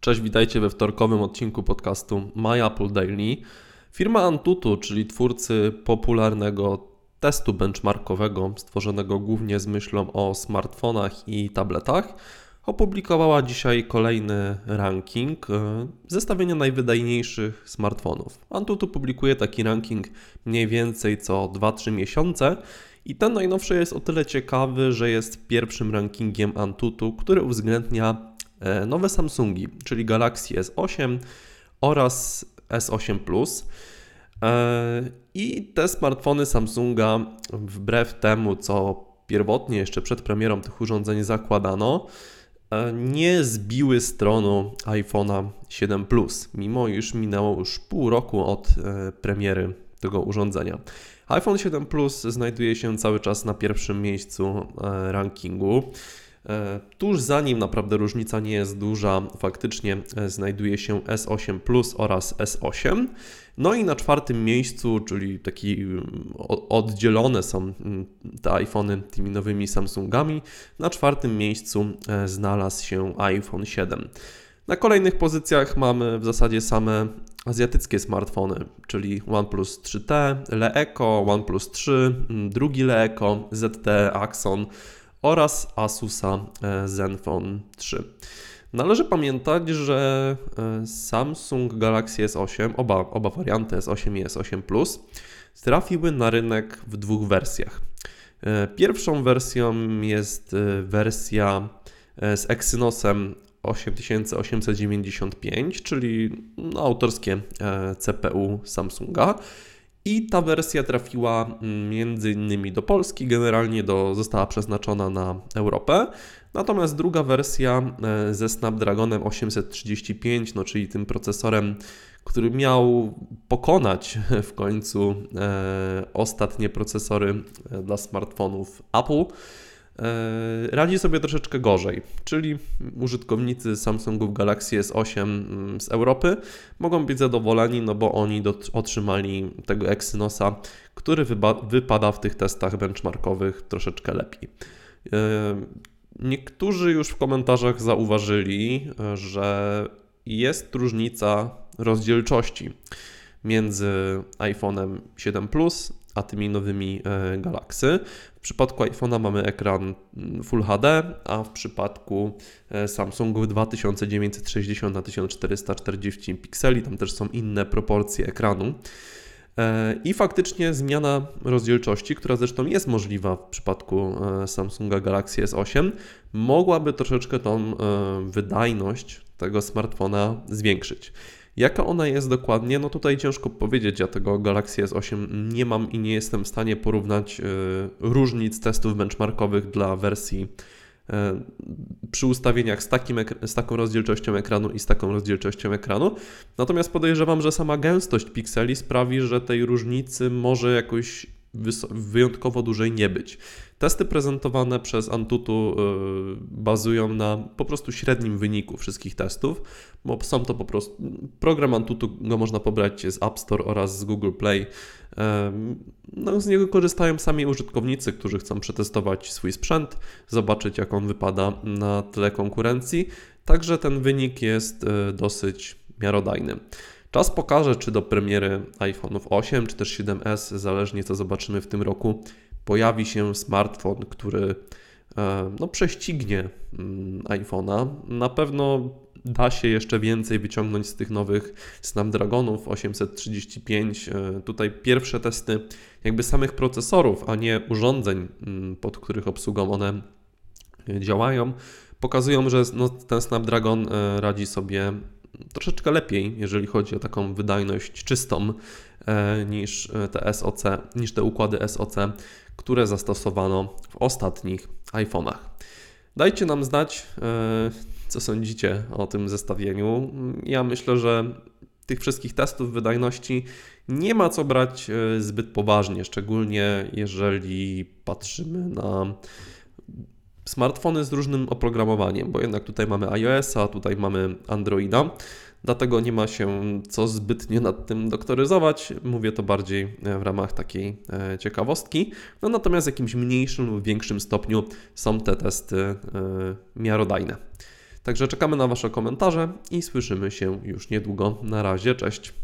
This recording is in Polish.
Cześć, witajcie we wtorkowym odcinku podcastu My Apple Daily. Firma Antutu, czyli twórcy popularnego testu benchmarkowego stworzonego głównie z myślą o smartfonach i tabletach, opublikowała dzisiaj kolejny ranking zestawienia najwydajniejszych smartfonów. Antutu publikuje taki ranking mniej więcej co 2-3 miesiące i ten najnowszy jest o tyle ciekawy, że jest pierwszym rankingiem Antutu, który uwzględnia nowe Samsungi, czyli Galaxy S8 oraz S8 Plus. I te smartfony Samsunga, wbrew temu, co pierwotnie jeszcze przed premierą tych urządzeń zakładano, nie zbiły z tronu iPhone'a 7 Plus, mimo iż minęło już pół roku od premiery tego urządzenia. iPhone 7 Plus znajduje się cały czas na pierwszym miejscu rankingu. Tuż za nim naprawdę różnica nie jest duża, faktycznie znajduje się S8 Plus oraz S8. No i na czwartym miejscu, czyli taki oddzielone są te iPhony tymi nowymi Samsungami, na czwartym miejscu znalazł się iPhone 7. Na kolejnych pozycjach mamy w zasadzie same azjatyckie smartfony, czyli OnePlus 3T, Leeko, OnePlus 3, drugi Leeko, ZTE Axon oraz Asusa Zenfone 3. Należy pamiętać, że Samsung Galaxy S8, oba warianty S8 i S8 Plus, trafiły na rynek w dwóch wersjach. Pierwszą wersją jest wersja z Exynosem 8895, czyli autorskie CPU Samsunga. I ta wersja trafiła między innymi do Polski, generalnie została przeznaczona na Europę. Natomiast druga wersja ze Snapdragonem 835, czyli tym procesorem, który miał pokonać w końcu ostatnie procesory dla smartfonów Apple, radzi sobie troszeczkę gorzej, czyli użytkownicy Samsungów Galaxy S8 z Europy mogą być zadowoleni, bo oni otrzymali tego Exynosa, który wypada w tych testach benchmarkowych troszeczkę lepiej. Niektórzy już w komentarzach zauważyli, że jest różnica rozdzielczości między iPhone'em 7 Plus a tymi nowymi Galaxy. W przypadku iPhone'a mamy ekran Full HD, a w przypadku Samsungów 2960 na 1440 pikseli, tam też są inne proporcje ekranu. I faktycznie zmiana rozdzielczości, która zresztą jest możliwa w przypadku Samsunga Galaxy S8, mogłaby troszeczkę tą wydajność tego smartfona zwiększyć. Jaka ona jest dokładnie? No tutaj ciężko powiedzieć, ja tego Galaxy S8 nie mam i nie jestem w stanie porównać różnic testów benchmarkowych dla wersji przy ustawieniach z taką rozdzielczością ekranu i z taką rozdzielczością ekranu. Natomiast podejrzewam, że sama gęstość pikseli sprawi, że tej różnicy może jakoś wyjątkowo dużej nie być. Testy prezentowane przez Antutu bazują na po prostu średnim wyniku wszystkich testów, bo są to po prostu program Antutu, go można pobrać z App Store oraz z Google Play. Z niego korzystają sami użytkownicy, którzy chcą przetestować swój sprzęt, zobaczyć jak on wypada na tle konkurencji, także ten wynik jest dosyć miarodajny. Czas pokaże, czy do premiery iPhone'ów 8 czy też 7S, zależnie co zobaczymy w tym roku, pojawi się smartfon, który prześcignie iPhone'a. Na pewno da się jeszcze więcej wyciągnąć z tych nowych Snapdragonów 835. Tutaj pierwsze testy jakby samych procesorów, a nie urządzeń, pod których obsługą one działają, pokazują, że ten Snapdragon radzi sobie troszeczkę lepiej, jeżeli chodzi o taką wydajność czystą niż te układy SoC, które zastosowano w ostatnich iPhone'ach. Dajcie nam znać, co sądzicie o tym zestawieniu. Ja myślę, że tych wszystkich testów wydajności nie ma co brać zbyt poważnie, szczególnie jeżeli patrzymy na smartfony z różnym oprogramowaniem, bo jednak tutaj mamy iOS-a, tutaj mamy Androida, dlatego nie ma się co zbytnio nad tym doktoryzować. Mówię to bardziej w ramach takiej ciekawostki. Natomiast w jakimś mniejszym lub większym stopniu są te testy miarodajne. Także czekamy na Wasze komentarze i słyszymy się już niedługo. Na razie, cześć.